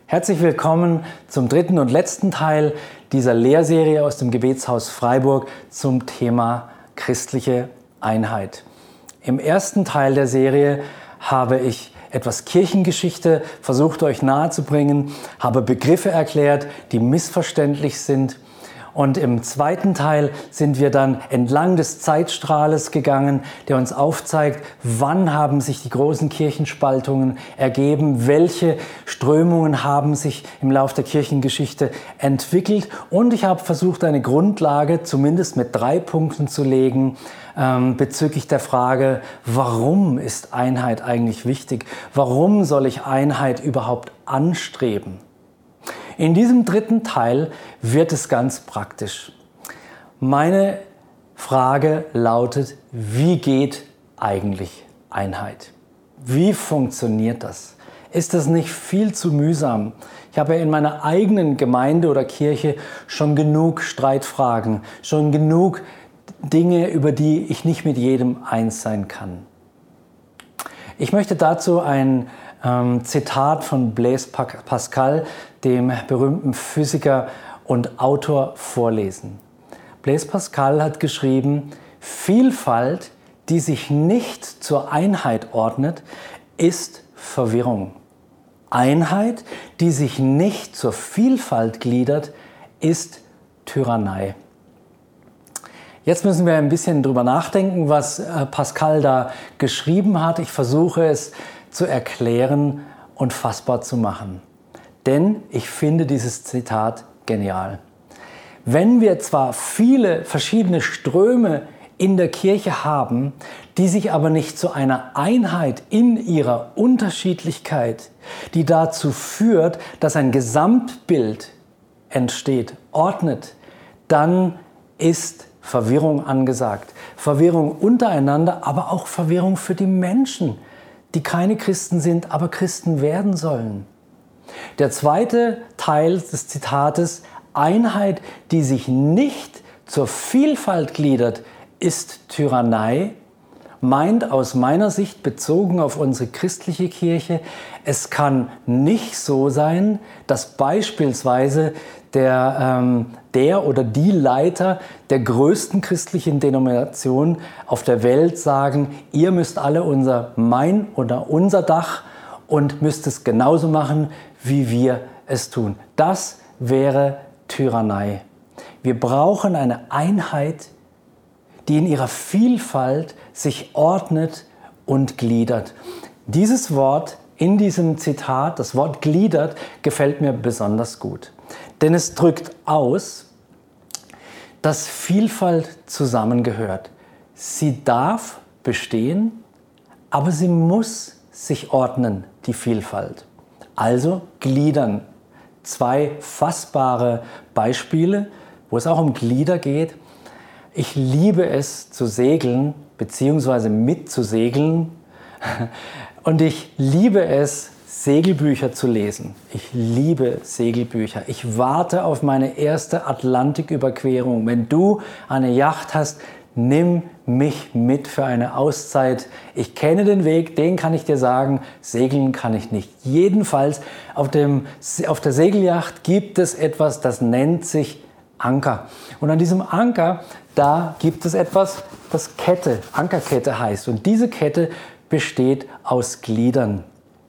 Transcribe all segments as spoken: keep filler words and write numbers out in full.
Herzlich willkommen zum dritten und letzten Teil dieser Lehrserie aus dem Gebetshaus Freiburg zum Thema christliche Einheit. Im ersten Teil der Serie habe ich etwas Kirchengeschichte versucht euch nahezubringen, habe Begriffe erklärt, die missverständlich sind. Und im zweiten Teil sind wir dann entlang des Zeitstrahles gegangen, der uns aufzeigt, wann haben sich die großen Kirchenspaltungen ergeben, welche Strömungen haben sich im Lauf der Kirchengeschichte entwickelt. Und ich habe versucht, eine Grundlage zumindest mit drei Punkten zu legen ähm, bezüglich der Frage, warum ist Einheit eigentlich wichtig? Warum soll ich Einheit überhaupt anstreben? In diesem dritten Teil wird es ganz praktisch. Meine Frage lautet, wie geht eigentlich Einheit? Wie funktioniert das? Ist das nicht viel zu mühsam? Ich habe ja in meiner eigenen Gemeinde oder Kirche schon genug Streitfragen, schon genug Dinge, über die ich nicht mit jedem eins sein kann. Ich möchte dazu ein ähm, Zitat von Blaise Pascal, dem berühmten Physiker und Autor, vorlesen. Blaise Pascal hat geschrieben, Vielfalt, die sich nicht zur Einheit ordnet, ist Verwirrung. Einheit, die sich nicht zur Vielfalt gliedert, ist Tyrannei. Jetzt müssen wir ein bisschen drüber nachdenken, was Pascal da geschrieben hat. Ich versuche es zu erklären und fassbar zu machen. Denn ich finde dieses Zitat genial. Wenn wir zwar viele verschiedene Ströme in der Kirche haben, die sich aber nicht zu einer Einheit in ihrer Unterschiedlichkeit, die dazu führt, dass ein Gesamtbild entsteht, ordnet, dann ist Verwirrung angesagt. Verwirrung untereinander, aber auch Verwirrung für die Menschen, die keine Christen sind, aber Christen werden sollen. Der zweite Teil des Zitates, Einheit, die sich nicht zur Vielfalt gliedert, ist Tyrannei, meint aus meiner Sicht, bezogen auf unsere christliche Kirche, es kann nicht so sein, dass beispielsweise der, ähm, der oder die Leiter der größten christlichen Denomination auf der Welt sagen, ihr müsst alle unser mein oder unser Dach und müsst es genauso machen, wie wir es tun. Das wäre Tyrannei. Wir brauchen eine Einheit, die in ihrer Vielfalt sich ordnet und gliedert. Dieses Wort in diesem Zitat, das Wort gliedert, gefällt mir besonders gut. Denn es drückt aus, dass Vielfalt zusammengehört. Sie darf bestehen, aber sie muss sich ordnen, die Vielfalt. Also gliedern. Zwei fassbare Beispiele, wo es auch um Glieder geht. Ich liebe es zu segeln, beziehungsweise mitzusegeln. Und ich liebe es, Segelbücher zu lesen. Ich liebe Segelbücher. Ich warte auf meine erste Atlantiküberquerung. Wenn du eine Yacht hast, nimm mich mit für eine Auszeit. Ich kenne den Weg, den kann ich dir sagen. Segeln kann ich nicht. Jedenfalls auf, dem, auf der Segelyacht gibt es etwas, das nennt sich Anker. Und an diesem Anker, da gibt es etwas, das Kette, Ankerkette heißt. Und diese Kette besteht aus Gliedern.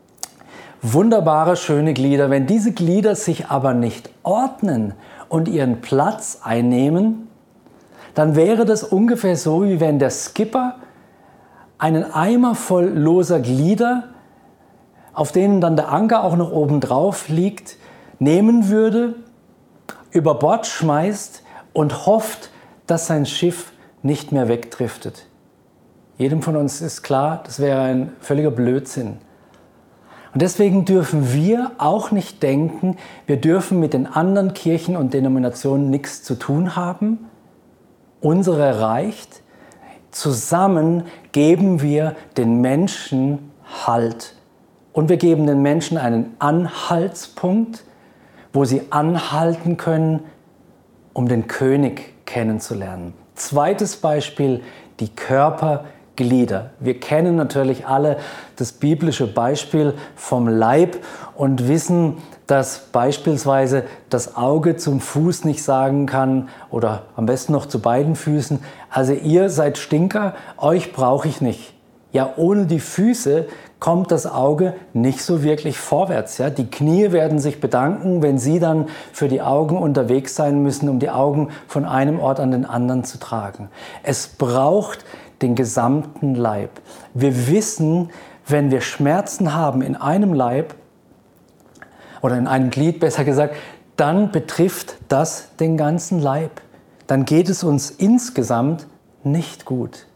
Wunderbare, schöne Glieder. Wenn diese Glieder sich aber nicht ordnen und ihren Platz einnehmen, dann wäre das ungefähr so, wie wenn der Skipper einen Eimer voll loser Glieder, auf denen dann der Anker auch noch oben drauf liegt, nehmen würde, über Bord schmeißt und hofft, dass sein Schiff nicht mehr wegdriftet. Jedem von uns ist klar, das wäre ein völliger Blödsinn. Und deswegen dürfen wir auch nicht denken, wir dürfen mit den anderen Kirchen und Denominationen nichts zu tun haben. Unsere reicht. Zusammen geben wir den Menschen Halt. Und wir geben den Menschen einen Anhaltspunkt, wo sie anhalten können, um den König kennenzulernen. Zweites Beispiel, die Körper Glieder. Wir kennen natürlich alle das biblische Beispiel vom Leib und wissen, dass beispielsweise das Auge zum Fuß nicht sagen kann oder am besten noch zu beiden Füßen, also ihr seid Stinker, euch brauche ich nicht. Ja, ohne die Füße kommt das Auge nicht so wirklich vorwärts. Ja? Die Knie werden sich bedanken, wenn sie dann für die Augen unterwegs sein müssen, um die Augen von einem Ort an den anderen zu tragen. Es braucht den gesamten Leib. Wir wissen, wenn wir Schmerzen haben in einem Leib oder in einem Glied, besser gesagt, dann betrifft das den ganzen Leib. Dann geht es uns insgesamt nicht gut.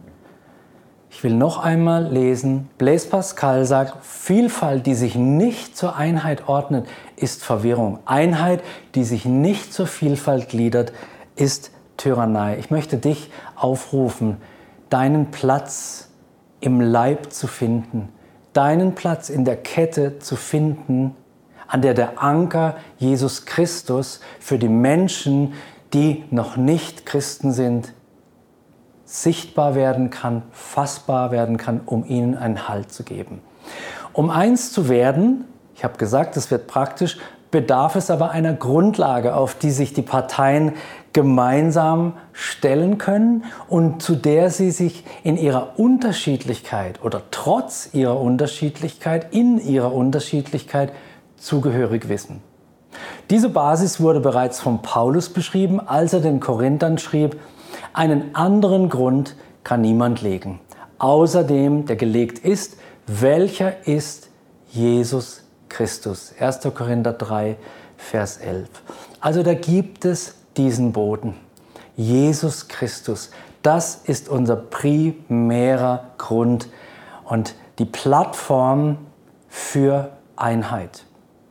Ich will noch einmal lesen, Blaise Pascal sagt, Vielfalt, die sich nicht zur Einheit ordnet, ist Verwirrung. Einheit, die sich nicht zur Vielfalt gliedert, ist Tyrannei. Ich möchte dich aufrufen, deinen Platz im Leib zu finden, deinen Platz in der Kette zu finden, an der der Anker Jesus Christus für die Menschen, die noch nicht Christen sind, sichtbar werden kann, fassbar werden kann, um ihnen einen Halt zu geben. Um eins zu werden, ich habe gesagt, es wird praktisch, bedarf es aber einer Grundlage, auf die sich die Parteien gemeinsam stellen können und zu der sie sich in ihrer Unterschiedlichkeit oder trotz ihrer Unterschiedlichkeit, in ihrer Unterschiedlichkeit zugehörig wissen. Diese Basis wurde bereits von Paulus beschrieben, als er den Korinthern schrieb, einen anderen Grund kann niemand legen, außer dem, der gelegt ist, welcher ist Jesus Christus. erster Korinther drei, Vers elf. Also da gibt es diesen Boden. Jesus Christus, das ist unser primärer Grund und die Plattform für Einheit.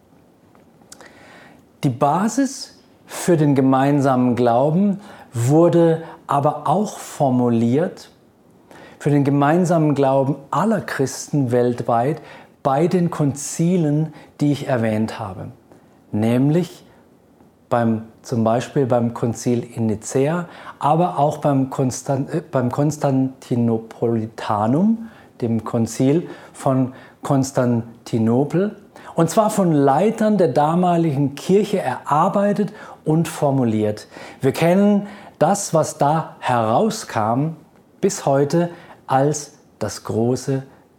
Die Basis für den gemeinsamen Glauben wurde aber auch formuliert für den gemeinsamen Glauben aller Christen weltweit bei den Konzilen, die ich erwähnt habe. Nämlich beim, zum Beispiel beim Konzil in Nicäa, aber auch beim, Konstant, äh, beim Konstantinopolitanum, dem Konzil von Konstantinopel. Und zwar von Leitern der damaligen Kirche erarbeitet und formuliert. Wir kennen das, was da herauskam, bis heute als das große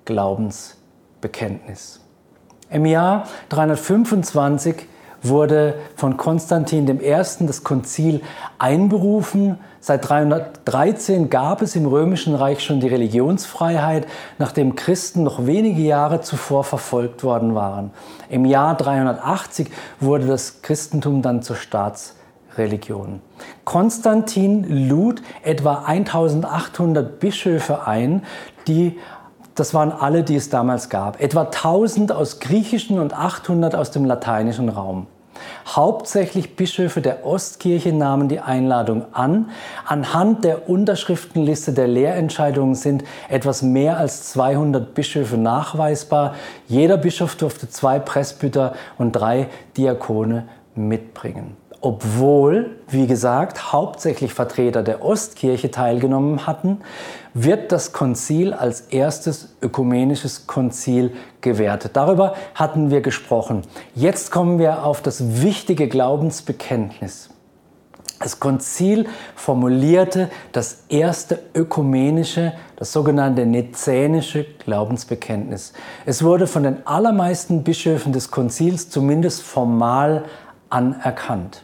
Glaubensbekenntnis. Im Jahr dreihundertfünfundzwanzig wurde von Konstantin der Erste das Konzil einberufen. Seit dreihundertdreizehn gab es im Römischen Reich schon die Religionsfreiheit, nachdem Christen noch wenige Jahre zuvor verfolgt worden waren. Im Jahr dreihundertachtzig wurde das Christentum dann zur Staatsreligion. Konstantin lud etwa eintausendachthundert Bischöfe ein, die Das waren alle, die es damals gab. Etwa tausend aus griechischen und achthundert aus dem lateinischen Raum. Hauptsächlich Bischöfe der Ostkirche nahmen die Einladung an. Anhand der Unterschriftenliste der Lehrentscheidungen sind etwas mehr als zweihundert Bischöfe nachweisbar. Jeder Bischof durfte zwei Presbyter und drei Diakone mitbringen. Obwohl, wie gesagt, hauptsächlich Vertreter der Ostkirche teilgenommen hatten, wird das Konzil als erstes ökumenisches Konzil gewertet. Darüber hatten wir gesprochen. Jetzt kommen wir auf das wichtige Glaubensbekenntnis. Das Konzil formulierte das erste ökumenische, das sogenannte nizänische Glaubensbekenntnis. Es wurde von den allermeisten Bischöfen des Konzils zumindest formal anerkannt.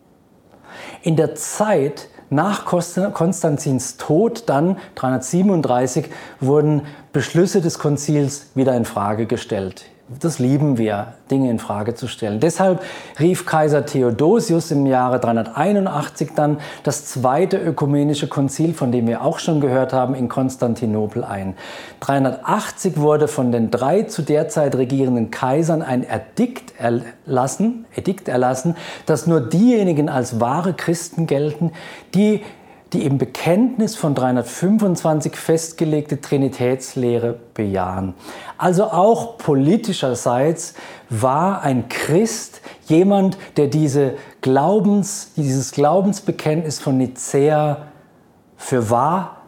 In der Zeit nach Konstantins Tod, dann dreihundertsiebenunddreißig, wurden Beschlüsse des Konzils wieder in Frage gestellt. Das lieben wir, Dinge in Frage zu stellen. Deshalb rief Kaiser Theodosius im Jahre dreihunderteinundachtzig dann das zweite ökumenische Konzil, von dem wir auch schon gehört haben, in Konstantinopel ein. dreihundertachtzig wurde von den drei zu der Zeit regierenden Kaisern ein Edikt erlassen, Edikt erlassen, dass nur diejenigen als wahre Christen gelten, die die im Bekenntnis von dreihundertfünfundzwanzig festgelegte Trinitätslehre bejahen. Also auch politischerseits war ein Christ jemand, der diese Glaubens, dieses Glaubensbekenntnis von Nicäa für wahr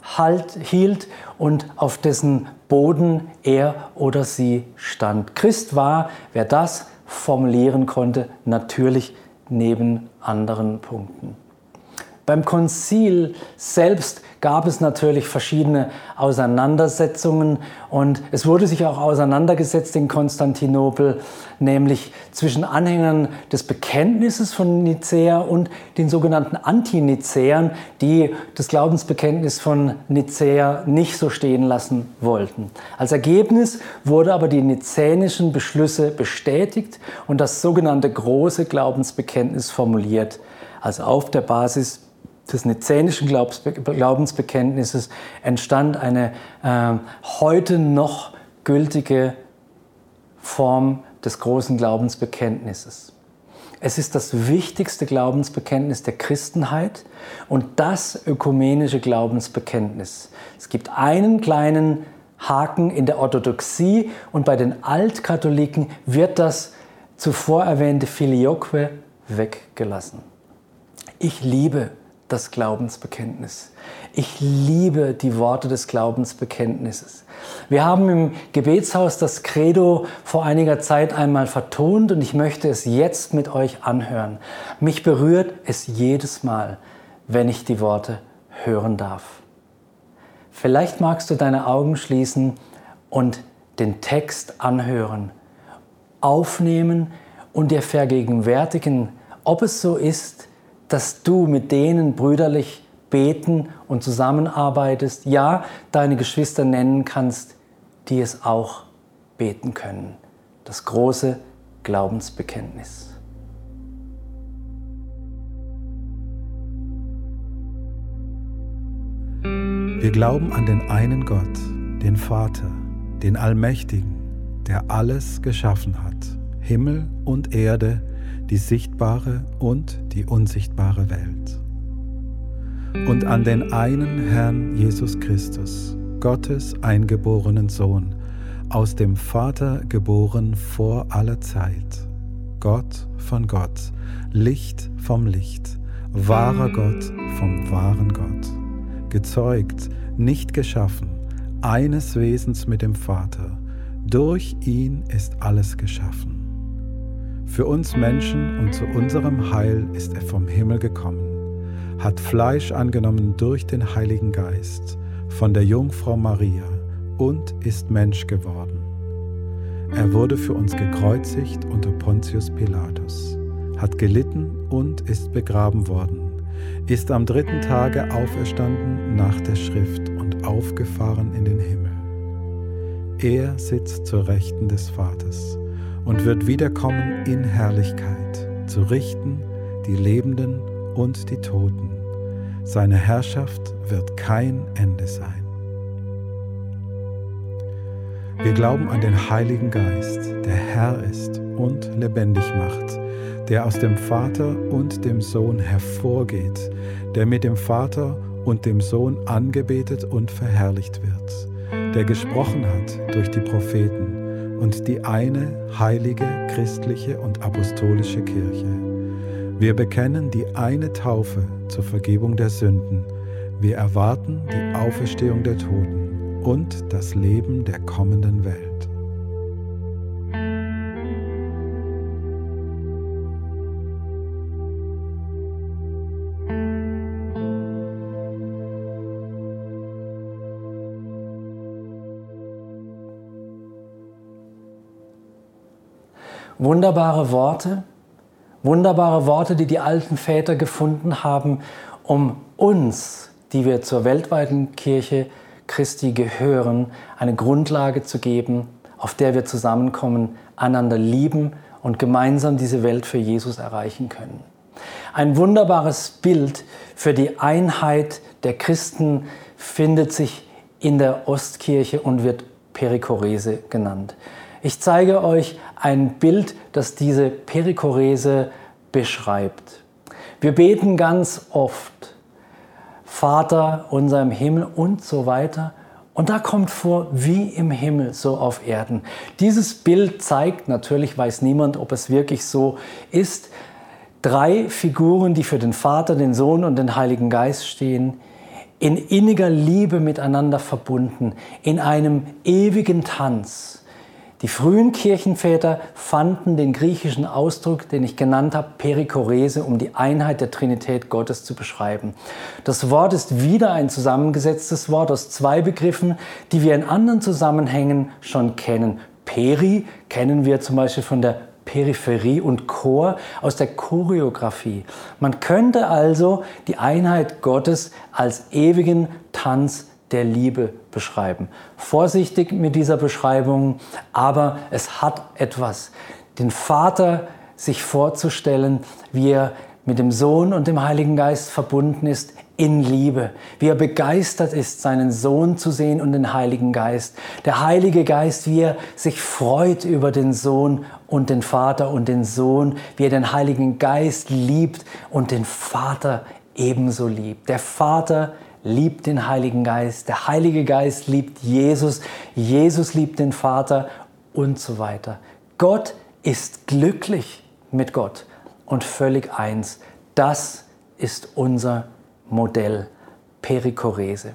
halt, hielt und auf dessen Boden er oder sie stand. Christ war, wer das formulieren konnte, natürlich neben anderen Punkten. Beim Konzil selbst gab es natürlich verschiedene Auseinandersetzungen und es wurde sich auch auseinandergesetzt in Konstantinopel, nämlich zwischen Anhängern des Bekenntnisses von Nicäa und den sogenannten Antinizäern, die das Glaubensbekenntnis von Nicäa nicht so stehen lassen wollten. Als Ergebnis wurden aber die nizänischen Beschlüsse bestätigt und das sogenannte große Glaubensbekenntnis formuliert, also auf der Basis des nizänischen Glaubensbekenntnisses entstand eine äh, heute noch gültige Form des großen Glaubensbekenntnisses. Es ist das wichtigste Glaubensbekenntnis der Christenheit und das ökumenische Glaubensbekenntnis. Es gibt einen kleinen Haken in der Orthodoxie und bei den Altkatholiken wird das zuvor erwähnte Filioque weggelassen. Ich liebe das Glaubensbekenntnis. Ich liebe die Worte des Glaubensbekenntnisses. Wir haben im Gebetshaus das Credo vor einiger Zeit einmal vertont und ich möchte es jetzt mit euch anhören. Mich berührt es jedes Mal, wenn ich die Worte hören darf. Vielleicht magst du deine Augen schließen und den Text anhören, aufnehmen und dir vergegenwärtigen, ob es so ist, dass du mit denen brüderlich beten und zusammenarbeitest, ja, deine Geschwister nennen kannst, die es auch beten können. Das große Glaubensbekenntnis. Wir glauben an den einen Gott, den Vater, den Allmächtigen, der alles geschaffen hat, Himmel und Erde, die sichtbare und die unsichtbare Welt. Und an den einen Herrn Jesus Christus, Gottes eingeborenen Sohn, aus dem Vater geboren vor aller Zeit, Gott von Gott, Licht vom Licht, wahrer Gott vom wahren Gott, gezeugt, nicht geschaffen, eines Wesens mit dem Vater, durch ihn ist alles geschaffen. Für uns Menschen und zu unserem Heil ist er vom Himmel gekommen, hat Fleisch angenommen durch den Heiligen Geist von der Jungfrau Maria und ist Mensch geworden. Er wurde für uns gekreuzigt unter Pontius Pilatus, hat gelitten und ist begraben worden, ist am dritten Tage auferstanden nach der Schrift und aufgefahren in den Himmel. Er sitzt zur Rechten des Vaters und wird wiederkommen in Herrlichkeit, zu richten die Lebenden und die Toten. Seine Herrschaft wird kein Ende sein. Wir glauben an den Heiligen Geist, der Herr ist und lebendig macht, der aus dem Vater und dem Sohn hervorgeht, der mit dem Vater und dem Sohn angebetet und verherrlicht wird, der gesprochen hat durch die Propheten, und die eine heilige, christliche und apostolische Kirche. Wir bekennen die eine Taufe zur Vergebung der Sünden. Wir erwarten die Auferstehung der Toten und das Leben der kommenden Welt. Wunderbare Worte, wunderbare Worte, die die alten Väter gefunden haben, um uns, die wir zur weltweiten Kirche Christi gehören, eine Grundlage zu geben, auf der wir zusammenkommen, einander lieben und gemeinsam diese Welt für Jesus erreichen können. Ein wunderbares Bild für die Einheit der Christen findet sich in der Ostkirche und wird Perikorese genannt. Ich zeige euch ein Bild, das diese Perikorese beschreibt. Wir beten ganz oft, Vater unser im Himmel und so weiter. Und da kommt vor, wie im Himmel, so auf Erden. Dieses Bild zeigt, natürlich weiß niemand, ob es wirklich so ist, drei Figuren, die für den Vater, den Sohn und den Heiligen Geist stehen, in inniger Liebe miteinander verbunden, in einem ewigen Tanz. Die frühen Kirchenväter fanden den griechischen Ausdruck, den ich genannt habe, Perikorese, um die Einheit der Trinität Gottes zu beschreiben. Das Wort ist wieder ein zusammengesetztes Wort aus zwei Begriffen, die wir in anderen Zusammenhängen schon kennen. Peri kennen wir zum Beispiel von der Peripherie und Chor aus der Choreografie. Man könnte also die Einheit Gottes als ewigen Tanz der Liebe beschreiben. Vorsichtig mit dieser Beschreibung, aber es hat etwas. Den Vater sich vorzustellen, wie er mit dem Sohn und dem Heiligen Geist verbunden ist in Liebe, wie er begeistert ist, seinen Sohn zu sehen und den Heiligen Geist. Der Heilige Geist, wie er sich freut über den Sohn und den Vater und den Sohn, wie er den Heiligen Geist liebt und den Vater ebenso liebt. Der Vater liebt den Heiligen Geist, der Heilige Geist liebt Jesus, Jesus liebt den Vater und so weiter. Gott ist glücklich mit Gott und völlig eins. Das ist unser Modell, Perikorese.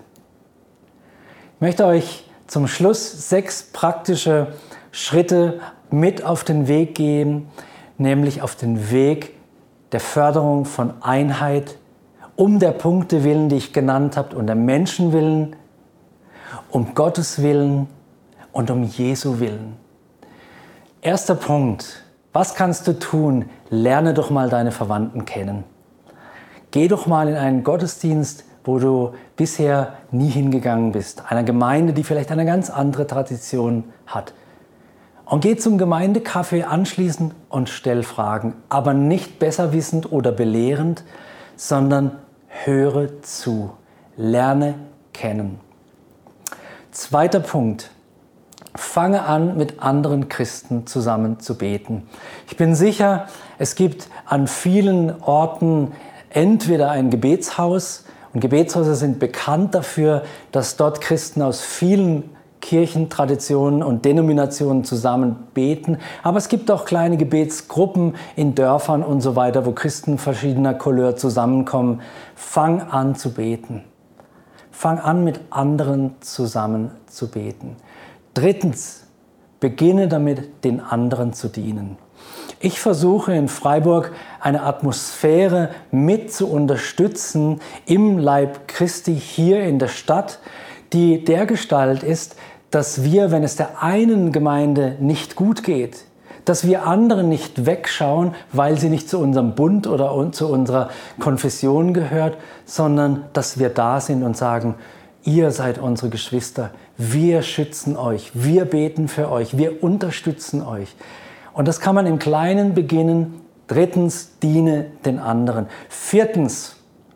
Ich möchte euch zum Schluss sechs praktische Schritte mit auf den Weg geben, nämlich auf den Weg der Förderung von Einheit, um der Punkte willen, die ich genannt habe, und der Menschen willen, um Gottes Willen und um Jesu Willen. Erster Punkt. Was kannst du tun? Lerne doch mal deine Verwandten kennen. Geh doch mal in einen Gottesdienst, wo du bisher nie hingegangen bist. Einer Gemeinde, die vielleicht eine ganz andere Tradition hat. Und geh zum Gemeindekaffee anschließend und stell Fragen. Aber nicht besserwissend oder belehrend, sondern höre zu. Lerne kennen. Zweiter Punkt. Fange an, mit anderen Christen zusammen zu beten. Ich bin sicher, es gibt an vielen Orten entweder ein Gebetshaus, und Gebetshäuser sind bekannt dafür, dass dort Christen aus vielen Kirchentraditionen und Denominationen zusammen beten. Aber es gibt auch kleine Gebetsgruppen in Dörfern und so weiter, wo Christen verschiedener Couleur zusammenkommen. Fang an zu beten. Fang an, mit anderen zusammen zu beten. Drittens, beginne damit, den anderen zu dienen. Ich versuche in Freiburg eine Atmosphäre mit zu unterstützen im Leib Christi hier in der Stadt, die dergestalt ist, dass wir, wenn es der einen Gemeinde nicht gut geht, dass wir anderen nicht wegschauen, weil sie nicht zu unserem Bund oder zu unserer Konfession gehört, sondern dass wir da sind und sagen, ihr seid unsere Geschwister, wir schützen euch, wir beten für euch, wir unterstützen euch. Und das kann man im Kleinen beginnen. Drittens, diene den anderen. Viertens,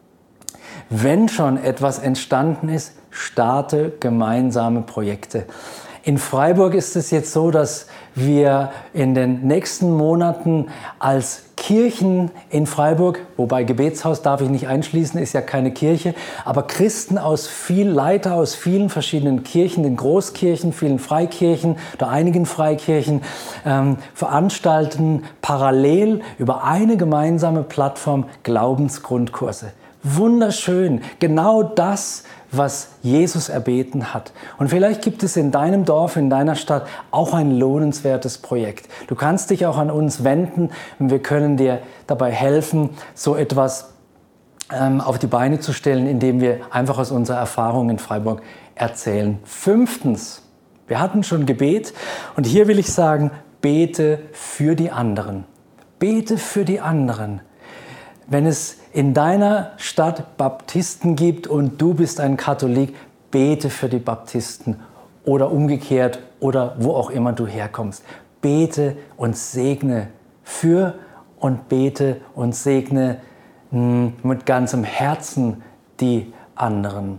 wenn schon etwas entstanden ist, starte gemeinsame Projekte. In Freiburg ist es jetzt so, dass wir in den nächsten Monaten als Kirchen in Freiburg, wobei Gebetshaus darf ich nicht einschließen, ist ja keine Kirche, aber Christen aus viel, Leiter aus vielen verschiedenen Kirchen, den Großkirchen, vielen Freikirchen oder einigen Freikirchen, ähm, veranstalten parallel über eine gemeinsame Plattform Glaubensgrundkurse. Wunderschön, genau das, was Jesus erbeten hat. Und vielleicht gibt es in deinem Dorf, in deiner Stadt auch ein lohnenswertes Projekt. Du kannst dich auch an uns wenden und wir können dir dabei helfen, so etwas ähm, auf die Beine zu stellen, indem wir einfach aus unserer Erfahrung in Freiburg erzählen. Fünftens, wir hatten schon Gebet und hier will ich sagen, bete für die anderen. Bete für die anderen. Wenn es in deiner Stadt Baptisten gibt und du bist ein Katholik, bete für die Baptisten oder umgekehrt oder wo auch immer du herkommst. Bete und segne für und bete und segne mh, mit ganzem Herzen die anderen.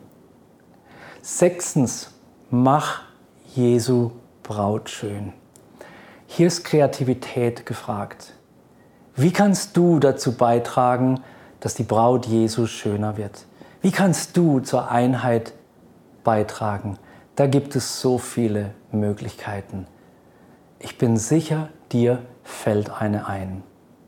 Sechstens, mach Jesu Braut schön. Hier ist Kreativität gefragt. Wie kannst du dazu beitragen, dass die Braut Jesu schöner wird? Wie kannst du zur Einheit beitragen? Da gibt es so viele Möglichkeiten. Ich bin sicher, dir fällt eine ein.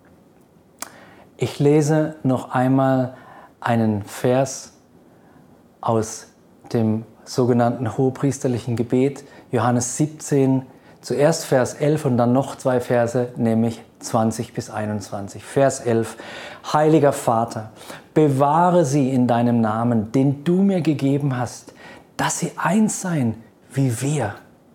Ich lese noch einmal einen Vers aus dem sogenannten hohepriesterlichen Gebet, Johannes siebzehn, zuerst Vers elf und dann noch zwei Verse, nämlich zwanzig bis einundzwanzig. Vers elf. Heiliger Vater, bewahre sie in deinem Namen, den du mir gegeben hast, dass sie eins seien wie wir.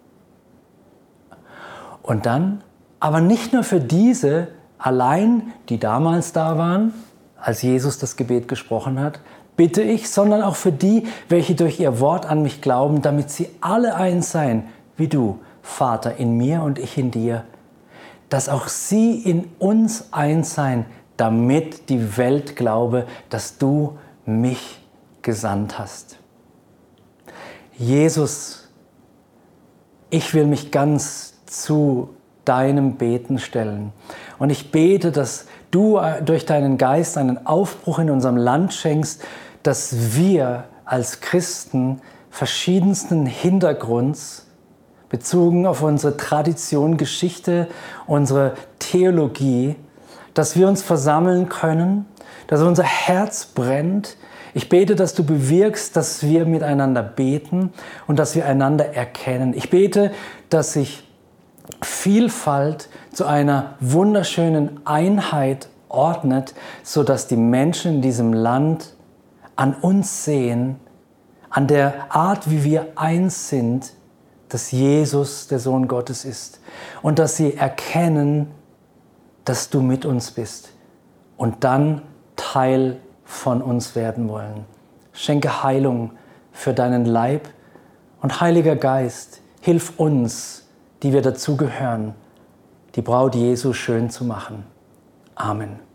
Und dann, aber nicht nur für diese allein, die damals da waren, als Jesus das Gebet gesprochen hat, bitte ich, sondern auch für die, welche durch ihr Wort an mich glauben, damit sie alle eins seien, wie du, Vater, in mir und ich in dir, dass auch sie in uns eins seien, damit die Welt glaube, dass du mich gesandt hast. Jesus, ich will mich ganz zu deinem Beten stellen. Und ich bete, dass du durch deinen Geist einen Aufbruch in unserem Land schenkst, dass wir als Christen verschiedensten Hintergrunds, bezogen auf unsere Tradition, Geschichte, unsere Theologie, dass wir uns versammeln können, dass unser Herz brennt. Ich bete, dass du bewirkst, dass wir miteinander beten und dass wir einander erkennen. Ich bete, dass sich Vielfalt zu einer wunderschönen Einheit ordnet, sodass die Menschen in diesem Land an uns sehen, an der Art, wie wir eins sind, dass Jesus der Sohn Gottes ist und dass sie erkennen, dass du mit uns bist und dann Teil von uns werden wollen. Schenke Heilung für deinen Leib und Heiliger Geist, hilf uns, die wir dazugehören, die Braut Jesu schön zu machen. Amen.